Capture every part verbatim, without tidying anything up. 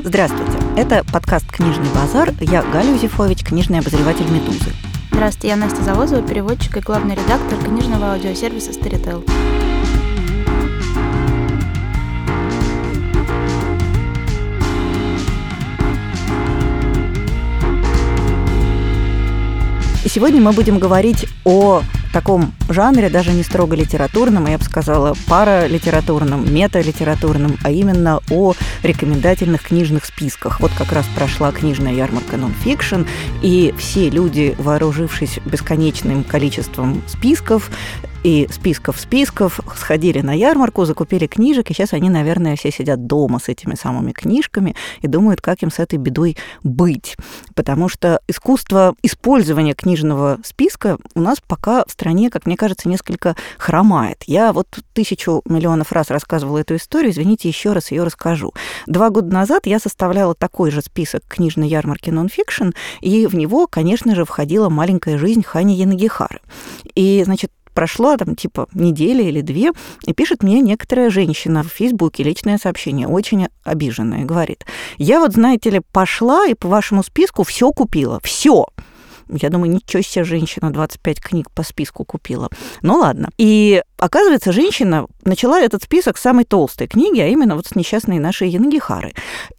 Здравствуйте, это подкаст «Книжный базар». Я Галя Юзефович, книжный обозреватель «Медузы». Здравствуйте, я Настя Завозова, переводчик и главный редактор книжного аудиосервиса Storytel. И сегодня мы будем говорить о таком жанре, даже не строго литературном, я бы сказала, паралитературном, металитературном, а именно о рекомендательных книжных списках. Вот как раз прошла книжная ярмарка Nonfiction, и все люди, вооружившись бесконечным количеством списков, и списков-списков, сходили на ярмарку, закупили книжек, и сейчас они, наверное, все сидят дома с этими самыми книжками и думают, как им с этой бедой быть. Потому что искусство использования книжного списка у нас пока в стране, как мне кажется, несколько хромает. Я вот тысячу миллионов раз рассказывала эту историю, извините, еще раз ее расскажу. Два года назад я составляла такой же список книжной ярмарки Nonfiction, и в него, конечно же, входила «Маленькая жизнь» Хани Янагихары. И, значит, прошло там типа неделя или две, и пишет мне некоторая женщина в Фейсбуке личное сообщение, очень обиженное, говорит: я вот, знаете ли, пошла и по вашему списку все купила, все. Я думаю, ничего себе, женщина двадцать пять книг по списку купила. Ну ладно. И оказывается, женщина начала этот список с самой толстой книги, а именно вот с несчастной нашей Янагихары.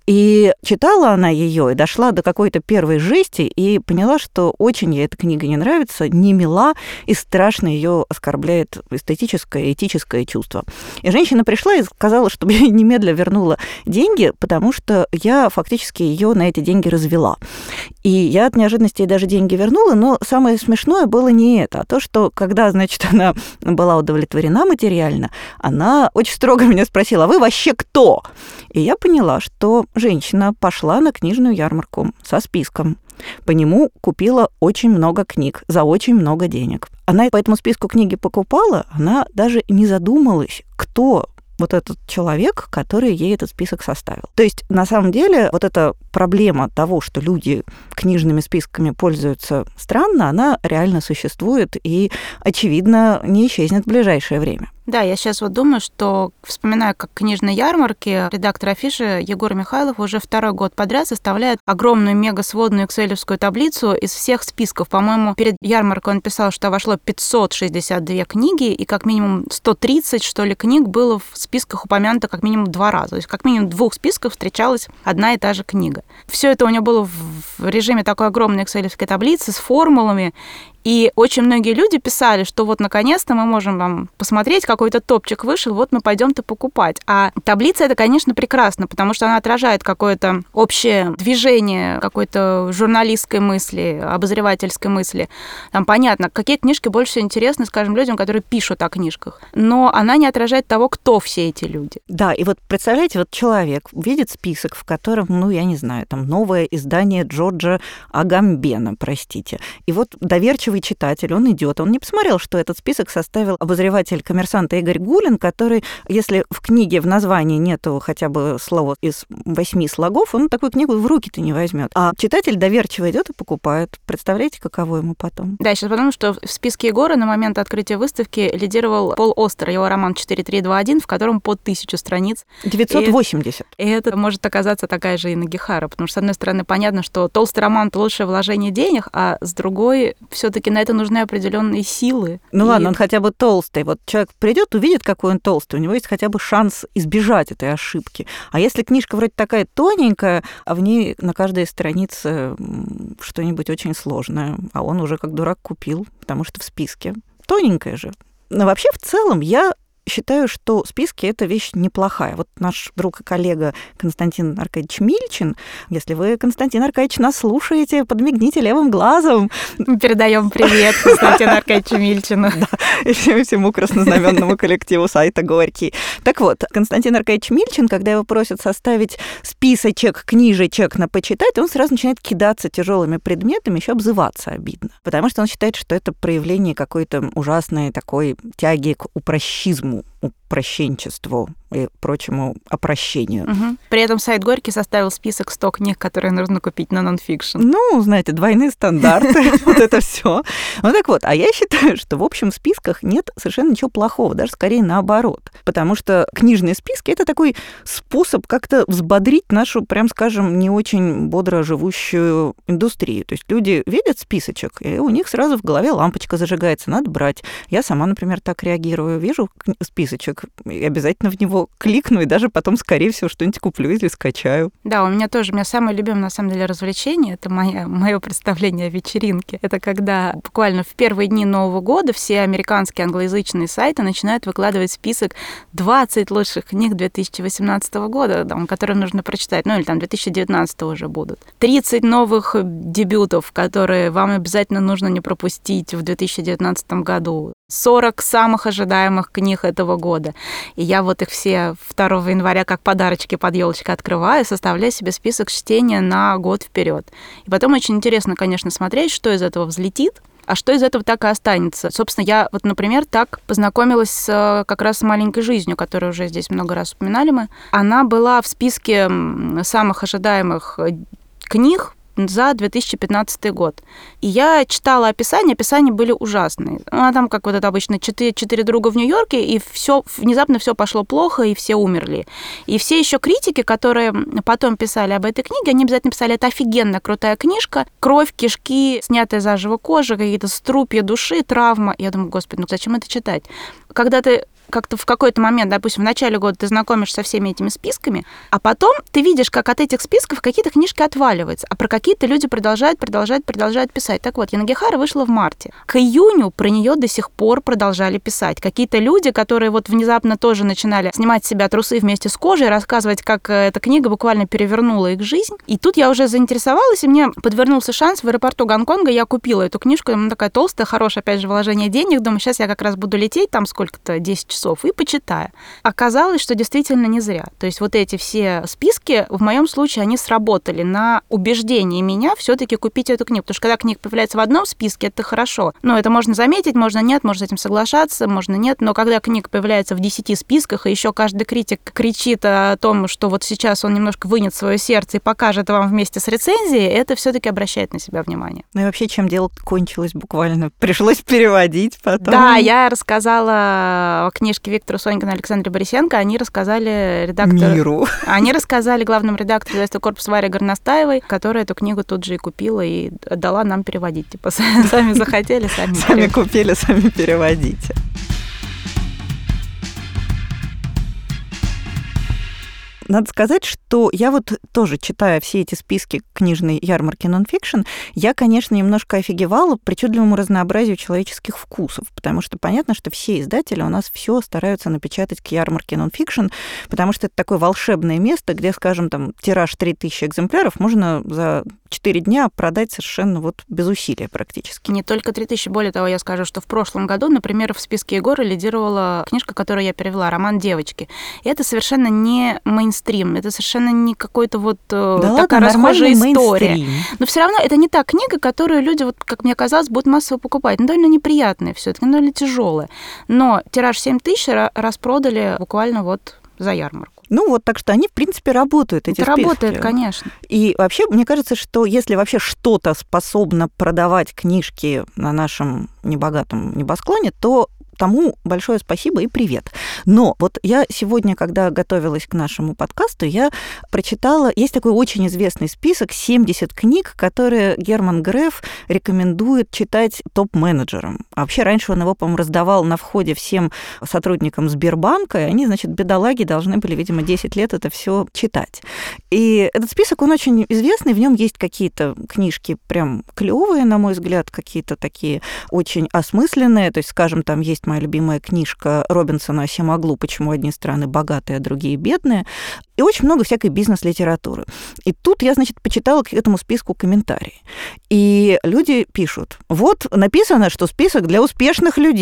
И читала она ее и дошла до какой-то первой жести и поняла, что очень ей эта книга не нравится, не мила и страшно ее оскорбляет эстетическое и этическое чувство. И женщина пришла и сказала, чтобы я немедленно вернула деньги, потому что я фактически ее на эти деньги развела. И я от неожиданности ей даже деньги вернула, но самое смешное было не это, а то, что когда, значит, она была удовлетворена материально, она очень строго меня спросила: а вы вообще кто? И я поняла, что женщина пошла на книжную ярмарку со списком. По нему купила очень много книг за очень много денег. Она по этому списку книги покупала, она даже не задумалась, кто вот этот человек, который ей этот список составил. То есть, на самом деле, вот эта проблема того, что люди книжными списками пользуются странно, она реально существует и, очевидно, не исчезнет в ближайшее время. Да, я сейчас вот думаю, что, вспоминая, как книжные ярмарки, редактор афиши Егор Михайлов уже второй год подряд составляет огромную мега-сводную экселевскую таблицу из всех списков. По-моему, перед ярмаркой он писал, что вошло пятьсот шестьдесят две книги, и как минимум сто тридцать, что ли, книг было в списках упомянуто как минимум два раза. То есть как минимум в двух списках встречалась одна и та же книга. Все это у него было в режиме такой огромной экселевской таблицы с формулами. И очень многие люди писали, что вот наконец-то мы можем вам посмотреть, какой-то топчик вышел, вот мы пойдем-то покупать. А таблица это, конечно, прекрасно, потому что она отражает какое-то общее движение какой-то журналистской мысли, обозревательской мысли. Там понятно, какие книжки больше всего интересны, скажем, людям, которые пишут о книжках. Но она не отражает того, кто все эти люди. Да, и вот представляете, вот человек видит список, в котором, ну, я не знаю, там новое издание Джорджа Агамбена, простите. И вот доверчиво читатель, он идет, он не посмотрел, что этот список составил обозреватель «Коммерсанта» Игорь Гулин, который, если в книге в названии нету хотя бы слова из восьми слогов, он такую книгу в руки-то не возьмет. А читатель доверчиво идет и покупает. Представляете, каково ему потом? Да, сейчас потому, что в списке Егора на момент открытия выставки лидировал Пол Остер, его роман четыре три два один, в котором по тысячу страниц. девятьсот восемьдесят. И, и это может оказаться такая же Янагихара, потому что, с одной стороны, понятно, что толстый роман — это лучшее вложение денег, а с другой, все-таки на это нужны определенные силы. Ну и... ладно, он хотя бы толстый. Вот человек придет, увидит, какой он толстый, у него есть хотя бы шанс избежать этой ошибки. А если книжка вроде такая тоненькая, а в ней на каждой странице что-нибудь очень сложное, а он уже как дурак купил, потому что в списке. Тоненькая же. Но вообще в целом я считаю, что списки — это вещь неплохая. Вот наш друг и коллега Константин Аркадьевич Мильчин, если вы, Константин Аркадьевич, нас слушаете, подмигните левым глазом. Передаем привет Константину Аркадьевичу Мильчину. Да, и всему, всему краснознаменному коллективу сайта «Горький». Так вот, Константин Аркадьевич Мильчин, когда его просят составить списочек, книжечек на почитать, он сразу начинает кидаться тяжелыми предметами, еще обзываться обидно. Потому что он считает, что это проявление какой-то ужасной такой тяги к упрощизму. упрощенчеству и прочему опрощению. Угу. При этом сайт Горький составил список сто книг, которые нужно купить на нонфикшн. Ну, знаете, двойные стандарты, вот это все. Ну так вот, а я считаю, что в общем списках нет совершенно ничего плохого, даже скорее наоборот. Потому что книжные списки — это такой способ как-то взбодрить нашу, прям скажем, не очень бодро живущую индустрию. То есть люди видят списочек, и у них сразу в голове лампочка зажигается, надо брать. Я сама, например, так реагирую. Вижу списочек, и обязательно в него кликну, и даже потом, скорее всего, что-нибудь куплю или скачаю. Да, у меня тоже, у меня самое любимое, на самом деле, развлечение, это мое, мое представление о вечеринке. Это когда буквально в первые дни Нового года все американские англоязычные сайты начинают выкладывать список двадцать лучших книг две тысячи восемнадцатого года, там, которые нужно прочитать, ну или там две тысячи девятнадцатого уже будут. тридцать новых дебютов, которые вам обязательно нужно не пропустить в две тысячи девятнадцатом году. сорок самых ожидаемых книг этого года. И я вот их все второго января как подарочки под елочкой открываю, составляю себе список чтения на год вперед. И потом очень интересно, конечно, смотреть, что из этого взлетит, а что из этого так и останется. Собственно, я вот, например, так познакомилась с, как раз с «Маленькой жизнью», которую уже здесь много раз упоминали мы. Она была в списке самых ожидаемых книг за две тысячи пятнадцатый год. И я читала описания, описания были ужасные. Ну, а там, как вот это обычно, четыре, четыре друга в Нью-Йорке, и все, внезапно все пошло плохо, и все умерли. И все еще критики, которые потом писали об этой книге, они обязательно писали: это офигенно крутая книжка, кровь, кишки, снятая заживо кожа, какие-то струпья души, травма. Я думаю, господи, ну зачем это читать? Когда ты как-то в какой-то момент, допустим, в начале года ты знакомишься со всеми этими списками, а потом ты видишь, как от этих списков какие-то книжки отваливаются, а про какие-то люди продолжают, продолжают, продолжают писать. Так вот, Янагихара вышла в марте. К июню про нее до сих пор продолжали писать. Какие-то люди, которые вот внезапно тоже начинали снимать с себя трусы вместе с кожей, рассказывать, как эта книга буквально перевернула их жизнь. И тут я уже заинтересовалась, и мне подвернулся шанс в аэропорту Гонконга. Я купила эту книжку, она такая толстая, хорошая, опять же, вложение денег. Думаю, сейчас я как раз буду лететь там сколько-то, десять часов, и почитаю. Оказалось, что действительно не зря. То есть вот эти все списки, в моем случае, они сработали на убеждение меня все-таки купить эту книгу. Потому что когда книга появляется в одном списке, это хорошо. Ну, это можно заметить, можно нет, можно с этим соглашаться, можно нет. Но когда книга появляется в десяти списках, и еще каждый критик кричит о том, что вот сейчас он немножко вынет свое сердце и покажет вам вместе с рецензией, это все-таки обращает на себя внимание. Ну и вообще, чем дело кончилось буквально? Пришлось переводить потом. Да, я рассказала о книжке Виктора Сонькина и Александра Борисенко. Они рассказали редактору... Миру. Они рассказали главному редактору издательства «Корпус» Варе Горностаевой, которая эту книгу тут же и купила, и отдала нам переводить. Типа, сами захотели, сами Сами купили, сами переводите. Надо сказать, что я вот тоже, читая все эти списки книжной ярмарки нонфикшн, я, конечно, немножко офигевала причудливому разнообразию человеческих вкусов, потому что понятно, что все издатели у нас все стараются напечатать к ярмарке нонфикшн, потому что это такое волшебное место, где, скажем, там тираж три тысячи экземпляров можно за четыре дня продать совершенно вот без усилия практически. Не только три тысячи, более того, я скажу, что в прошлом году, например, в списке Егора лидировала книжка, которую я перевела, роман «Девочки». И это совершенно не мейнстрим, это совершенно не какой-то вот да такая ладно, расхожая история. Мейнстрим. Но все равно это не та книга, которую люди, вот, как мне казалось, будут массово покупать. Ну, довольно неприятная все-таки, довольно тяжелая. Но тираж семь тысяч распродали буквально вот за ярмарку. Ну вот, так что они, в принципе, работают, эти Это списки. работает, конечно. И вообще, мне кажется, что если вообще что-то способно продавать книжки на нашем небогатом небосклоне, то тому большое спасибо и привет. Но вот я сегодня, когда готовилась к нашему подкасту, я прочитала, есть такой очень известный список, семьдесят книг, которые Герман Греф рекомендует читать топ-менеджерам. А вообще раньше он его, по-моему, раздавал на входе всем сотрудникам Сбербанка, и они, значит, бедолаги, должны были, видимо, десять лет это все читать. И этот список, он очень известный, в нем есть какие-то книжки прям клевые, на мой взгляд, какие-то такие очень осмысленные, то есть, скажем, там есть моя любимая книжка Робинсона «Осемоглу. Почему одни страны богатые, а другие бедные». И очень много всякой бизнес-литературы. И тут я, значит, почитала к этому списку комментарии. И люди пишут: вот написано, что список для успешных людей.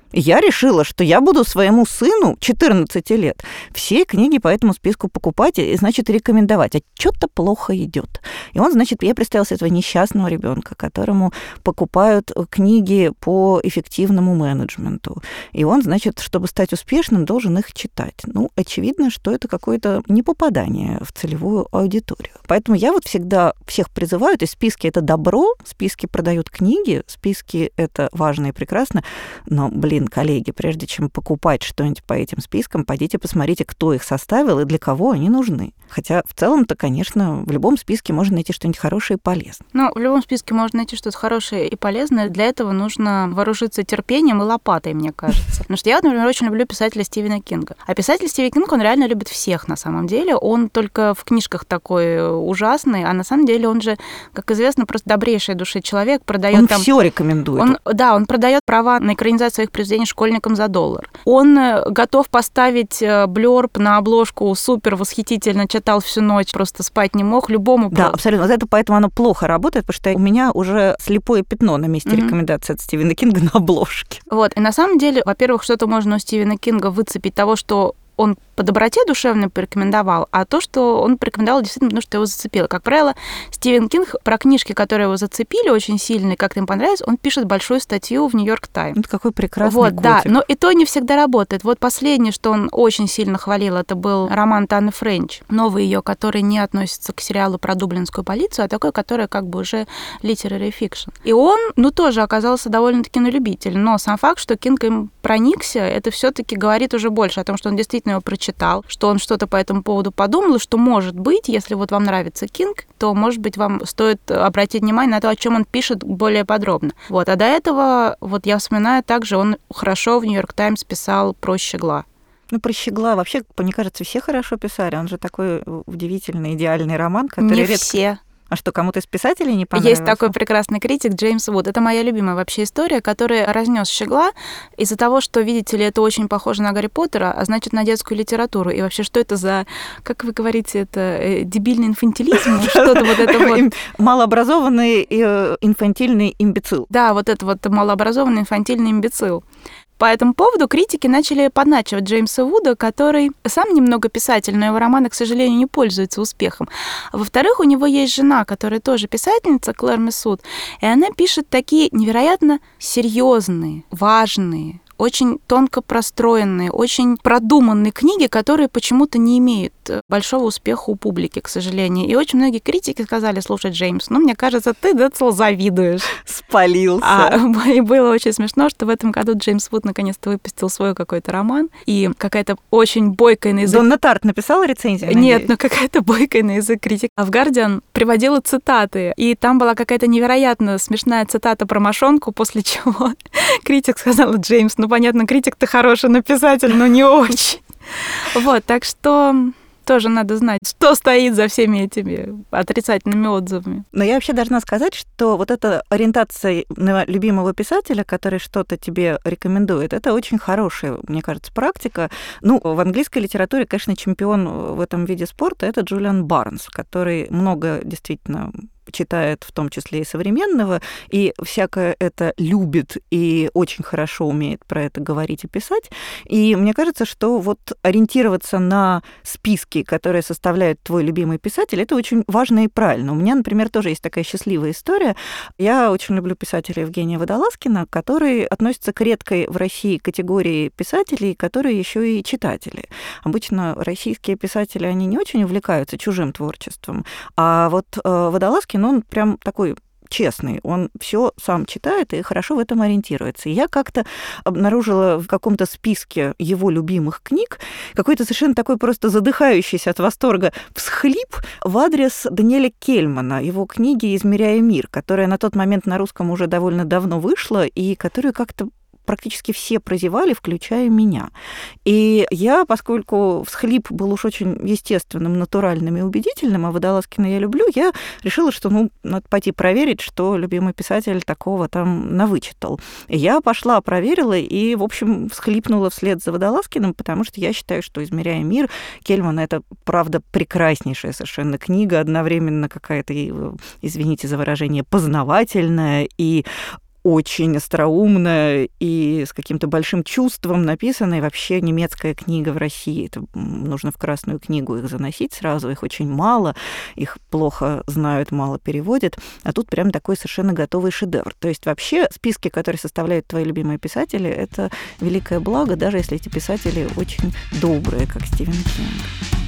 И я решила, что я буду своему сыну четырнадцати лет все книги по этому списку покупать и, значит, рекомендовать. А что-то плохо идет. И он, значит, я представила себе этого несчастного ребенка, которому покупают книги по эффективному менеджменту. И он, значит, чтобы стать успешным, должен их читать. Ну, очевидно, что это какое-то непопадание в целевую аудиторию. Поэтому я вот всегда всех призываю, то есть списки — это добро, списки продают книги, списки — это важно и прекрасно, но, блин, коллеги, прежде чем покупать что-нибудь по этим спискам, пойдите посмотрите, кто их составил и для кого они нужны. Хотя в целом-то, конечно, в любом списке можно найти что-нибудь хорошее и полезное. Ну, в любом списке можно найти что-то хорошее и полезное. Для этого нужно вооружиться терпением и лопатой, мне кажется. Потому что я, например, очень люблю писателя Стивена Кинга. А писатель Стивен Кинг, он реально любит всех на самом деле. Он только в книжках такой ужасный, а на самом деле он же, как известно, просто добрейшей души человек, продает он там... все рекомендует. Он, да, он продает права на экранизацию своих произведений школьникам за доллар. Он готов поставить блёрб на обложку «Супер, восхитительно, читал всю ночь, просто спать не мог», любому Да, просто. абсолютно. Вот это поэтому оно плохо работает, потому что у меня уже слепое пятно на месте mm-hmm. рекомендации от Стивена Кинга на обложке. Вот, и на самом деле, во-первых, что-то можно у Стивена Кинга выцепить того, что он по доброте душевной порекомендовал, а то, что он порекомендовал действительно, потому что его зацепило. Как правило, Стивен Кинг про книжки, которые его зацепили очень сильно, и как-то им понравилось, он пишет большую статью в «Нью-Йорк Таймс». Это какой прекрасный вот, котик. Да, но и то не всегда работает. Вот последнее, что он очень сильно хвалил, это был роман Таны Френч, новый ее, который не относится к сериалу про дублинскую полицию, а такой, который как бы уже literary fiction. И он, ну, тоже оказался довольно-таки на любитель, но сам факт, что Кинг им проникся, это все-таки говорит уже больше о том, что он действительно его прочитал, что он что-то по этому поводу подумал, и что, может быть, если вот вам нравится Кинг, то, может быть, вам стоит обратить внимание на то, о чем он пишет более подробно. Вот. А до этого, вот я вспоминаю, также он хорошо в «Нью-Йорк Таймс» писал про Щегла. Ну, про Щегла вообще, мне кажется, все хорошо писали. Он же такой удивительный, идеальный роман, который Не редко... все. А что, кому-то из писателей не понравился? Есть такой прекрасный критик Джеймс Вуд. Это моя любимая вообще история, который разнес Щегла из-за того, что, видите ли, это очень похоже на Гарри Поттера, а значит, на детскую литературу. И вообще, что это за, как вы говорите, это дебильный инфантилизм? Что-то вот это вот. Малообразованный инфантильный имбецил. Да, вот это вот малообразованный инфантильный имбецил. По этому поводу критики начали подначивать Джеймса Вуда, который сам немного писатель, но его романы, к сожалению, не пользуются успехом. А во-вторых, у него есть жена, которая тоже писательница, Клэр Мессуд, и она пишет такие невероятно серьезные, важные, очень тонко простроенные, очень продуманные книги, которые почему-то не имеют большого успеха у публики, к сожалению. И очень многие критики сказали: слушай, Джеймс, ну, мне кажется, ты, Децл, завидуешь. Спалился. А, и было очень смешно, что в этом году Джеймс Вуд наконец-то выпустил свой какой-то роман, и какая-то очень бойкая на язык... Донна Тарт написала рецензию? Нет, но какая-то бойкая на язык критик. А в «Гардиан» приводила цитаты, и там была какая-то невероятно смешная цитата про мошонку, после чего критик сказал: Джеймс, ну, понятно, критик-то хороший, но писатель, но не очень. Вот, так что тоже надо знать, что стоит за всеми этими отрицательными отзывами. Но я вообще должна сказать, что вот эта ориентация на любимого писателя, который что-то тебе рекомендует, это очень хорошая, мне кажется, практика. Ну, в английской литературе, конечно, чемпион в этом виде спорта — это Джулиан Барнс, который много действительно читает, в том числе и современного, и всякое это любит и очень хорошо умеет про это говорить и писать. И мне кажется, что вот ориентироваться на списки, которые составляют твой любимый писатель, это очень важно и правильно. У меня, например, тоже есть такая счастливая история. Я очень люблю писателя Евгения Водолазкина, который относится к редкой в России категории писателей, которые еще и читатели. Обычно российские писатели, они не очень увлекаются чужим творчеством, а вот Водолазкин, он прям такой честный, он все сам читает и хорошо в этом ориентируется. И я как-то обнаружила в каком-то списке его любимых книг какой-то совершенно такой просто задыхающийся от восторга всхлип в адрес Даниэля Кельмана, его книги «Измеряя мир», которая на тот момент на русском уже довольно давно вышла и которую как-то практически все прозевали, включая меня. И я, поскольку всхлип был уж очень естественным, натуральным и убедительным, а Водолазкина я люблю, я решила, что, ну, надо пойти проверить, что любимый писатель такого там навычитал. И я пошла, проверила и, в общем, всхлипнула вслед за Водолазкиным, потому что я считаю, что «Измеряя мир» Кельмана — это, правда, прекраснейшая совершенно книга, одновременно какая-то, извините за выражение, познавательная и очень остроумная и с каким-то большим чувством написанная. И вообще немецкая книга в России, это нужно в Красную книгу их заносить сразу, их очень мало, их плохо знают, мало переводят, а тут прям такой совершенно готовый шедевр. То есть вообще списки, которые составляют твои любимые писатели, это великое благо, даже если эти писатели очень добрые, как Стивен Кинг.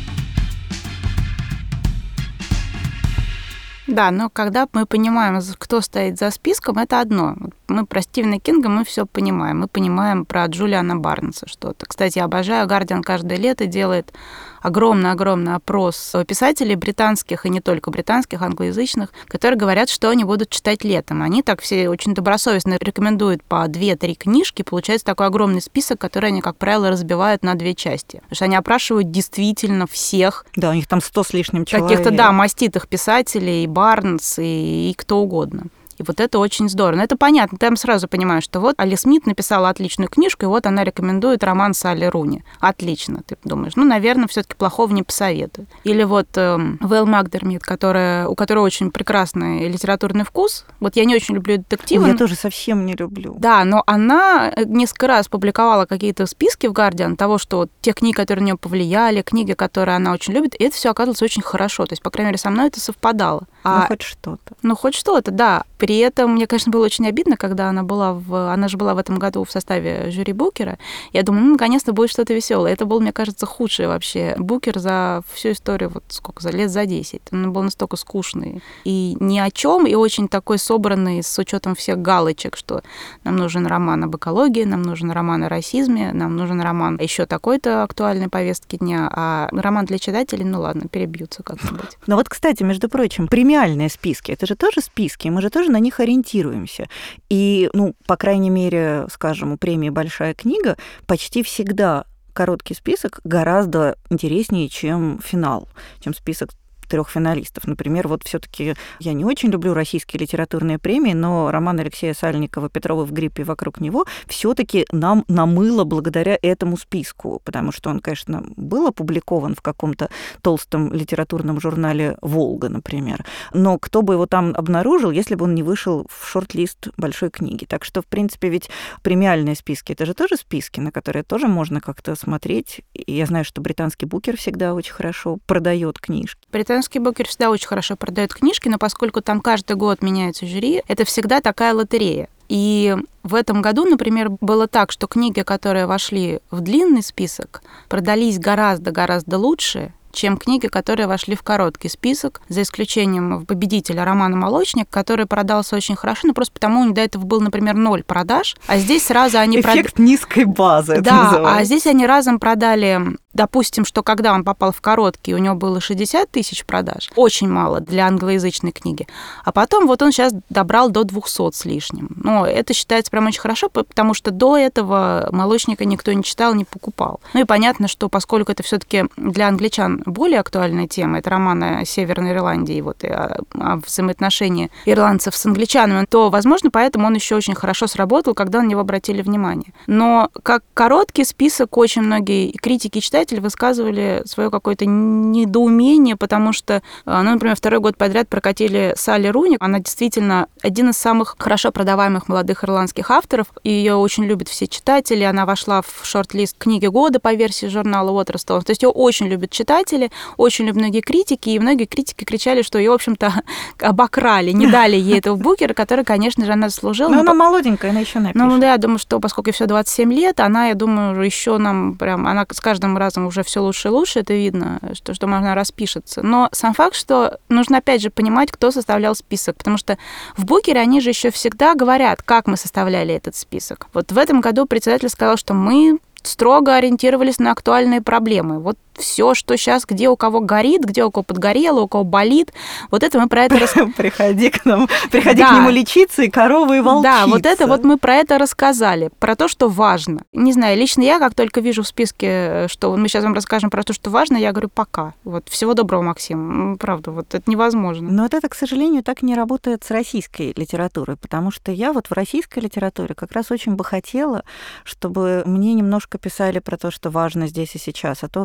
Да, но когда мы понимаем, кто стоит за списком, это одно. Мы про Стивена Кинга мы все понимаем. Мы понимаем про Джулиана Барнса что-то. Кстати, я обожаю, Guardian каждое лето делает огромный-огромный опрос писателей британских, и не только британских, англоязычных, которые говорят, что они будут читать летом. Они так все очень добросовестно рекомендуют по две-три книжки. Получается такой огромный список, который они, как правило, разбивают на две части. Потому что они опрашивают действительно всех. Да, у них там сто с лишним человек. Каких-то, да, маститых писателей, Барнс и, и кто угодно. И вот это очень здорово. Но это понятно, там сразу понимаешь, что вот Али Смит написала отличную книжку, и вот она рекомендует роман Салли Руни. Отлично, ты думаешь. Ну, наверное, все-таки плохого не посоветует. Или вот э, Вэл Макдермит, которая, у которой очень прекрасный литературный вкус. Вот я не очень люблю детективы. Я тоже совсем не люблю. Да, но она несколько раз публиковала какие-то списки в Guardian того, что вот тех книг, которые на нее повлияли, книги, которые она очень любит, и это все оказывалось очень хорошо. То есть, по крайней мере, со мной это совпадало. А, ну, хоть что-то. Ну, хоть что-то, да. При этом мне, конечно, было очень обидно, когда она была в... Она же была в этом году в составе жюри Букера. Я думаю, ну, наконец-то будет что-то веселое. Это был, мне кажется, худший вообще Букер за всю историю, вот сколько, за лет за десять. Он был настолько скучный и ни о чем, и очень такой собранный с учетом всех галочек, что нам нужен роман об экологии, нам нужен роман о расизме, нам нужен роман еще такой-то актуальной повестки дня, а роман для читателей, ну ладно, перебьются как-нибудь. Но вот, кстати, между прочим, премиальные списки, это же тоже списки, мы же тоже на них ориентируемся. И, ну, по крайней мере, скажем, у премии «Большая книга» почти всегда короткий список гораздо интереснее, чем финал, чем список трех финалистов. Например, вот все-таки я не очень люблю российские литературные премии, но роман Алексея Сальникова «Петрова в гриппе» вокруг него все-таки нам намыло благодаря этому списку, потому что он, конечно, был опубликован в каком-то толстом литературном журнале «Волга», например. Но кто бы его там обнаружил, если бы он не вышел в шорт-лист большой книги. Так что, в принципе, ведь премиальные списки — это же тоже списки, на которые тоже можно как-то смотреть. И я знаю, что британский Букер всегда очень хорошо продает книжки. Британский Букер всегда очень хорошо продает книжки, но поскольку там каждый год меняется жюри, это всегда такая лотерея. И в этом году, например, было так, что книги, которые вошли в длинный список, продались гораздо-гораздо лучше, чем книги, которые вошли в короткий список, за исключением победителя романа «Молочник», который продался очень хорошо, но просто потому у до этого был, например, ноль продаж, а здесь сразу они... Эффект прод... низкой базы, это да, называется. А здесь они разом продали... Допустим, что когда он попал в короткий, у него было шестьдесят тысяч продаж. Очень мало для англоязычной книги. А потом вот он сейчас добрал до двухсот с лишним. Но это считается прям очень хорошо, потому что до этого «Молочника» никто не читал, не покупал. Ну и понятно, что поскольку это все-таки для англичан более актуальная тема, это роман о Северной Ирландии, вот, и о, о взаимоотношении ирландцев с англичанами, то, возможно, поэтому он еще очень хорошо сработал, когда на него обратили внимание. Но как короткий список очень многие критики и читатели высказывали свое какое-то недоумение, потому что, ну, например, второй год подряд прокатили Салли Руни. Она действительно один из самых хорошо продаваемых молодых ирландских авторов. Ее очень любят все читатели. Она вошла в шорт-лист книги года по версии журнала Waterstone. То есть ее очень любят читатели, очень любят многие критики, и многие критики кричали, что ее, в общем-то, обокрали, не дали ей этого Букера, который, конечно же, она заслужила. Но она молоденькая, она еще напишет. Ну да, я думаю, что поскольку ей всего двадцать семь лет, она, я думаю, еще нам прям, она с каждым разом уже все лучше и лучше, это видно, что, что она распишется. Но сам факт, что нужно опять же понимать, кто составлял список, потому что в Букере они же еще всегда говорят, как мы составляли этот список. Вот в этом году председатель сказал, что мы строго ориентировались на актуальные проблемы. Вот все, что сейчас, где у кого горит, где у кого подгорело, у кого болит, вот это мы про это... Рас... Приходи к нам, приходи да. к нему лечиться, и коровы, и волчица. Да, вот это вот мы про это рассказали, про то, что важно. Не знаю, лично я, как только вижу в списке, что мы сейчас вам расскажем про то, что важно, я говорю, пока. Вот, всего доброго, Максим. Правда, вот это невозможно. Но вот это, к сожалению, так не работает с российской литературой, потому что я вот в российской литературе как раз очень бы хотела, чтобы мне немножко писали про то, что важно здесь и сейчас, а то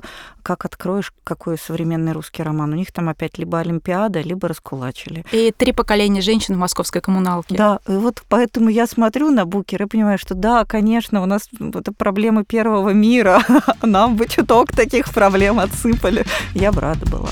как откроешь, какой современный русский роман. У них там опять либо Олимпиада, либо Раскулачили. И три поколения женщин в московской коммуналке. Да, и вот поэтому я смотрю на Букер и понимаю, что да, конечно, у нас это проблемы первого мира, нам бы чуток таких проблем отсыпали. Я бы рада была.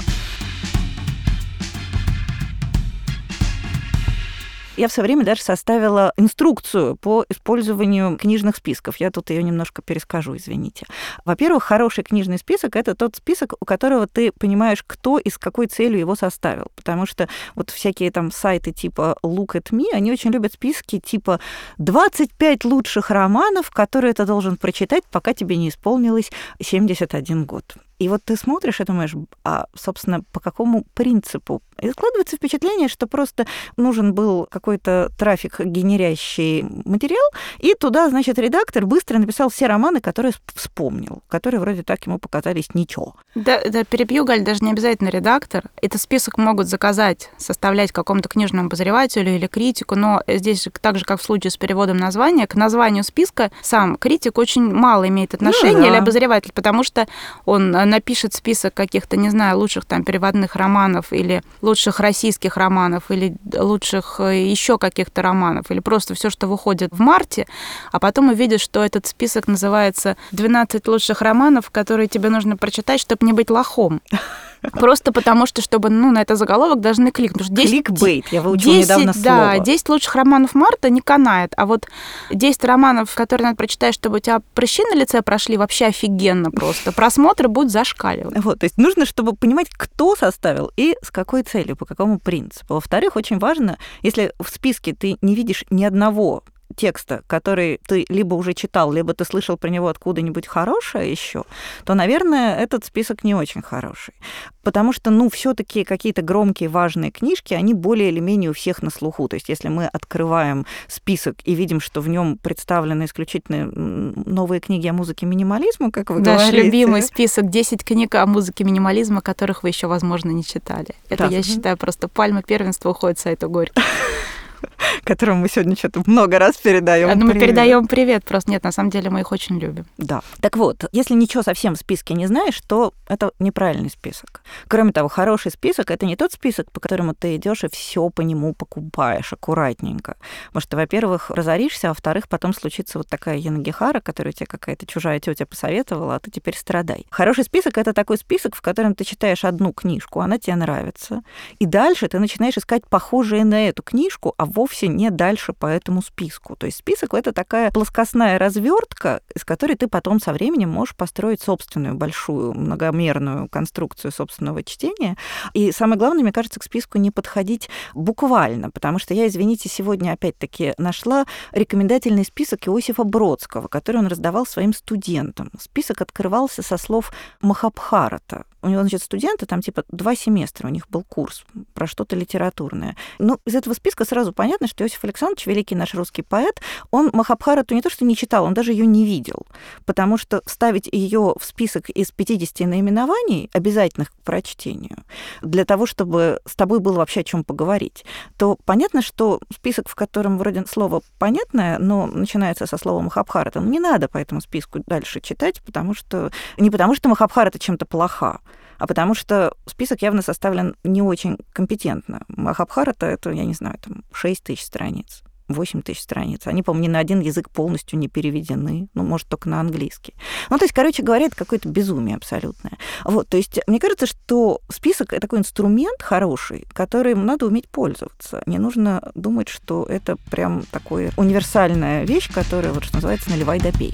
Я в свое время даже составила инструкцию по использованию книжных списков. Я тут ее немножко перескажу, извините. Во-первых, хороший книжный список – это тот список, у которого ты понимаешь, кто и с какой целью его составил. Потому что вот всякие там сайты типа Look at Me, они очень любят списки типа двадцать пять лучших романов, которые ты должен прочитать, пока тебе не исполнилось семьдесят один год. И вот ты смотришь и думаешь, а, собственно, по какому принципу? И складывается впечатление, что просто нужен был какой-то трафик генерящий материал, и туда, значит, редактор быстро написал все романы, которые вспомнил, которые вроде так ему показались ничего. Да, да, перебью, Галь, даже не обязательно редактор. Этот список могут заказать, составлять какому-то книжному обозревателю или критику, но здесь так же, как в случае с переводом названия, к названию списка сам критик очень мало имеет отношения, ну, да. Или обозреватель, потому что он напишет список каких-то, не знаю, лучших там переводных романов или лучших российских романов или лучших еще каких-то романов, или просто все, что выходит в марте, а потом увидишь, что этот список называется «двенадцать лучших романов, которые тебе нужно прочитать, чтобы не быть лохом». Просто потому что, чтобы, ну, на этот заголовок должны кликнуть. Кликбейт, я выучила недавно слово. Да, десять лучших романов марта не канает, а вот десять романов, которые надо прочитать, чтобы у тебя прыщи на лице прошли, вообще офигенно просто. Просмотры будут зашкаливать. Вот, то есть нужно, чтобы понимать, кто составил и с какой целью, по какому принципу. Во-вторых, очень важно, если в списке ты не видишь ни одного текста, который ты либо уже читал, либо ты слышал про него откуда-нибудь хорошее еще, то, наверное, этот список не очень хороший. Потому что, ну, все-таки какие-то громкие, важные книжки, они более или менее у всех на слуху. То есть если мы открываем список и видим, что в нем представлены исключительно новые книги о музыке минимализма, как вы Наш говорите. Наш любимый список десять книг о музыке минимализма, которых вы еще, возможно, не читали. Это, да. Я считаю, просто пальма первенства уходит с сайту Горького. Которому мы сегодня что-то много раз передаем. А, ну, мы передаем привет, просто нет, на самом деле мы их очень любим. Да. Так вот, если ничего совсем в списке не знаешь, то это неправильный список. Кроме того, хороший список — это не тот список, по которому ты идешь и все по нему покупаешь аккуратненько. Потому что, во-первых, разоришься, а во-вторых, потом случится вот такая Янагихара, которую тебе какая-то чужая тетя посоветовала, а ты теперь страдай. Хороший список — это такой список, в котором ты читаешь одну книжку, она тебе нравится, и дальше ты начинаешь искать похожие на эту книжку, а вовсе не дальше по этому списку. То есть список — это такая плоскостная развертка, из которой ты потом со временем можешь построить собственную большую многомерную конструкцию собственного чтения. И самое главное, мне кажется, к списку не подходить буквально, потому что я, извините, сегодня опять-таки нашла рекомендательный список Иосифа Бродского, который он раздавал своим студентам. Список открывался со слов Махабхарата. У него, значит, студенты, там типа два семестра, у них был курс про что-то литературное. Ну, из этого списка сразу понятно, что Иосиф Александрович, великий наш русский поэт, он Махабхарату не то что не читал, он даже ее не видел, потому что ставить ее в список из пятидесяти наименований, обязательных к прочтению, для того, чтобы с тобой было вообще о чем поговорить, то понятно, что список, в котором вроде слово понятное, но начинается со слова Махабхарата, ну, не надо по этому списку дальше читать, потому что не потому, что Махабхарата чем-то плоха, а потому что список явно составлен не очень компетентно. Махабхарата — это, я не знаю, там шесть тысяч страниц, восемь тысяч страниц. Они, по-моему, ни на один язык полностью не переведены, ну, может, только на английский. Ну, то есть, короче говоря, это какое-то безумие абсолютное. Вот, то есть, мне кажется, что список — это такой инструмент хороший, которым надо уметь пользоваться. Не нужно думать, что это прям такая универсальная вещь, которая, вот что называется, наливай да пей.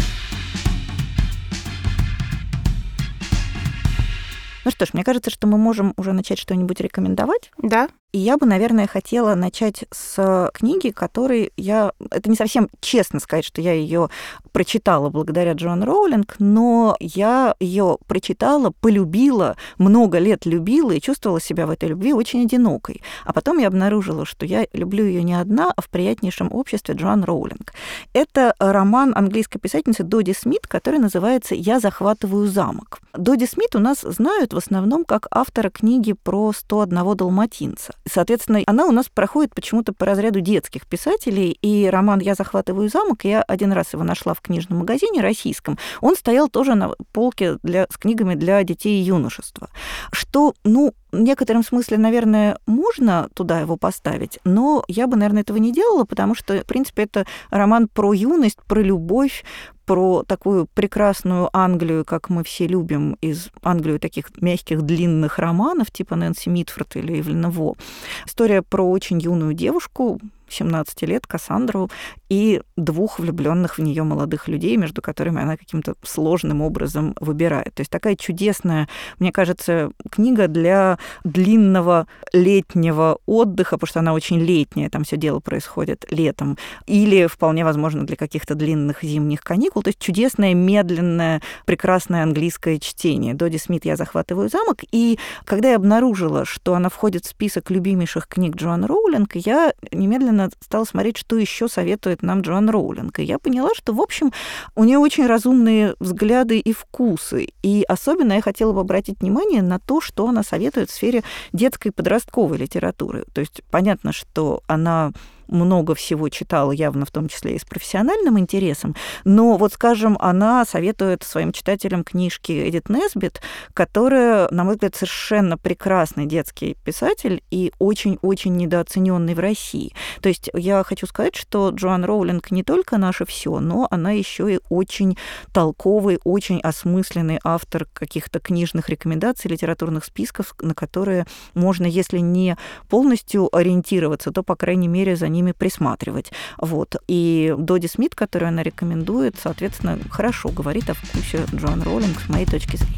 Ну что ж, мне кажется, что мы можем уже начать что-нибудь рекомендовать. Да. И я бы, наверное, хотела начать с книги, которой я... Это не совсем честно сказать, что я ее прочитала благодаря Джоан Роулинг, но я ее прочитала, полюбила, много лет любила и чувствовала себя в этой любви очень одинокой. А потом я обнаружила, что я люблю ее не одна, а в приятнейшем обществе Джоан Роулинг. Это роман английской писательницы Доди Смит, который называется «Я захватываю замок». Доди Смит у нас знают в основном как автора книги про сто одного далматинца. Соответственно, она у нас проходит почему-то по разряду детских писателей, и роман «Я захватываю замок», я один раз его нашла в книжном магазине российском, он стоял тоже на полке для, с книгами для детей и юношества. Что, ну, в некотором смысле, наверное, можно туда его поставить, но я бы, наверное, этого не делала, потому что, в принципе, это роман про юность, про любовь, про такую прекрасную Англию, как мы все любим, из Англию таких мягких, длинных романов, типа Нэнси Митфорд или Эвелина Во. История про очень юную девушку, семнадцати лет, Кассандру, и двух влюбленных в нее молодых людей, между которыми она каким-то сложным образом выбирает. То есть такая чудесная, мне кажется, книга для длинного летнего отдыха, потому что она очень летняя, там все дело происходит летом, или вполне возможно для каких-то длинных зимних каникул. То есть чудесное, медленное, прекрасное английское чтение. Доди Смит «Я захватываю замок». И когда я обнаружила, что она входит в список любимейших книг Джоан Роулинг, я немедленно стала смотреть, что еще советует нам Джоан Роулинг. И я поняла, что, в общем, у нее очень разумные взгляды и вкусы. И особенно я хотела бы обратить внимание на то, что она советует в сфере детской и подростковой литературы. То есть понятно, что она много всего читала, явно в том числе и с профессиональным интересом, но вот, скажем, она советует своим читателям книжки Эдит Несбит, которая, на мой взгляд, совершенно прекрасный детский писатель и очень-очень недооцененный в России. То есть я хочу сказать, что Джоан Роулинг не только наше все, но она еще и очень толковый, очень осмысленный автор каких-то книжных рекомендаций, литературных списков, на которые можно, если не полностью ориентироваться, то, по крайней мере, за ними присматривать. Вот. И Доди Смит, которую она рекомендует, соответственно, хорошо говорит о вкусе Джоан Роулинг с моей точки зрения.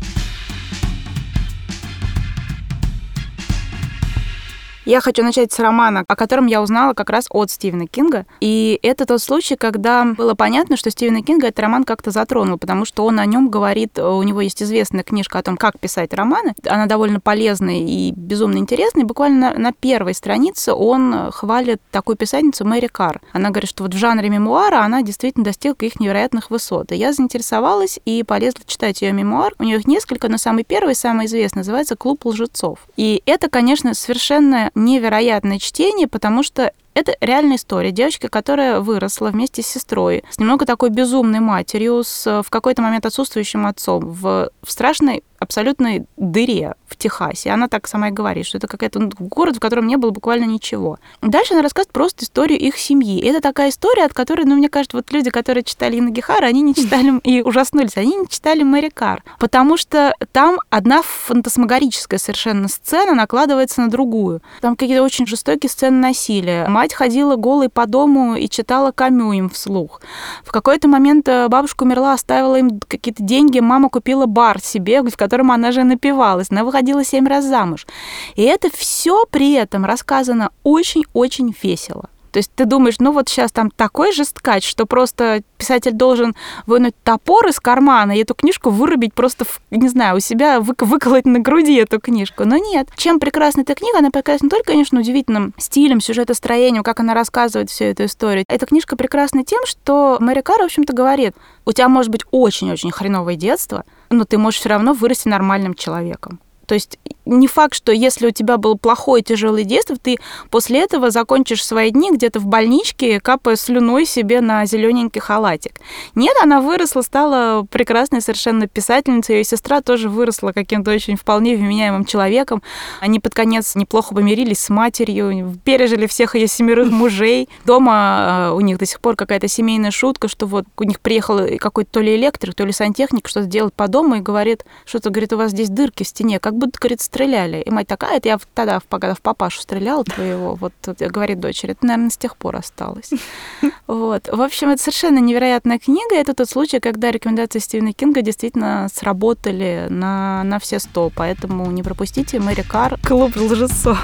Я хочу начать с романа, о котором я узнала как раз от Стивена Кинга. И это тот случай, когда было понятно, что Стивена Кинга этот роман как-то затронул, потому что он о нем говорит, у него есть известная книжка о том, как писать романы. Она довольно полезная и безумно интересная. Буквально на, на первой странице он хвалит такую писательницу Мэри Карр. Она говорит, что вот в жанре мемуара она действительно достигла их невероятных высот. И я заинтересовалась и полезла читать ее мемуар. У нее их несколько, но самый первый, самый известный, называется «Клуб лжецов». И это, конечно, совершенно невероятное чтение, потому что это реальная история девочки, которая выросла вместе с сестрой, с немного такой безумной матерью, с в какой-то момент отсутствующим отцом, в, в страшной абсолютной дыре в Техасе. Она так сама и говорит, что это какой-то город, в котором не было буквально ничего. Дальше она рассказывает просто историю их семьи. И это такая история, от которой, ну, мне кажется, вот люди, которые читали Инна Гихара, они не читали и ужаснулись, они не читали Мэри Карр, потому что там одна фантасмагорическая совершенно сцена накладывается на другую. Там какие-то очень жестокие сцены насилия. Мать ходила голой по дому и читала Камю им вслух. В какой-то момент бабушка умерла, оставила им какие-то деньги, мама купила бар себе, в котором она же напивалась. Она выходила семь раз замуж. И это все при этом рассказано очень-очень весело. То есть ты думаешь, ну вот сейчас там такой жесткач, что просто писатель должен вынуть топор из кармана и эту книжку вырубить просто, не знаю, у себя, выколоть на груди эту книжку. Но нет. Чем прекрасна эта книга? Она прекрасна не только, конечно, удивительным стилем, сюжетостроением, как она рассказывает всю эту историю. Эта книжка прекрасна тем, что Мэри Карр, в общем-то, говорит, у тебя может быть очень-очень хреновое детство, но ты можешь все равно вырасти нормальным человеком. То есть не факт, что если у тебя было плохое тяжелое детство, ты после этого закончишь свои дни где-то в больничке, капая слюной себе на зелененький халатик. Нет, она выросла, стала прекрасной совершенно писательницей. Ее сестра тоже выросла каким-то очень вполне вменяемым человеком. Они под конец неплохо помирились с матерью, пережили всех ее семерых мужей. Дома у них до сих пор какая-то семейная шутка, что вот у них приехал какой-то то ли электрик, то ли сантехник что-то делать по дому и говорит, что-то, говорит, у вас здесь дырки в стене, как будто, говорит, стреляли. И мать такая, это я тогда, когда в папашу стреляла твоего, вот, говорит дочери, это, наверное, с тех пор осталось. Вот. В общем, это совершенно невероятная книга. Это тот случай, когда рекомендации Стивена Кинга действительно сработали на, на все сто. Поэтому не пропустите Мэри Карр «Клуб лжецов».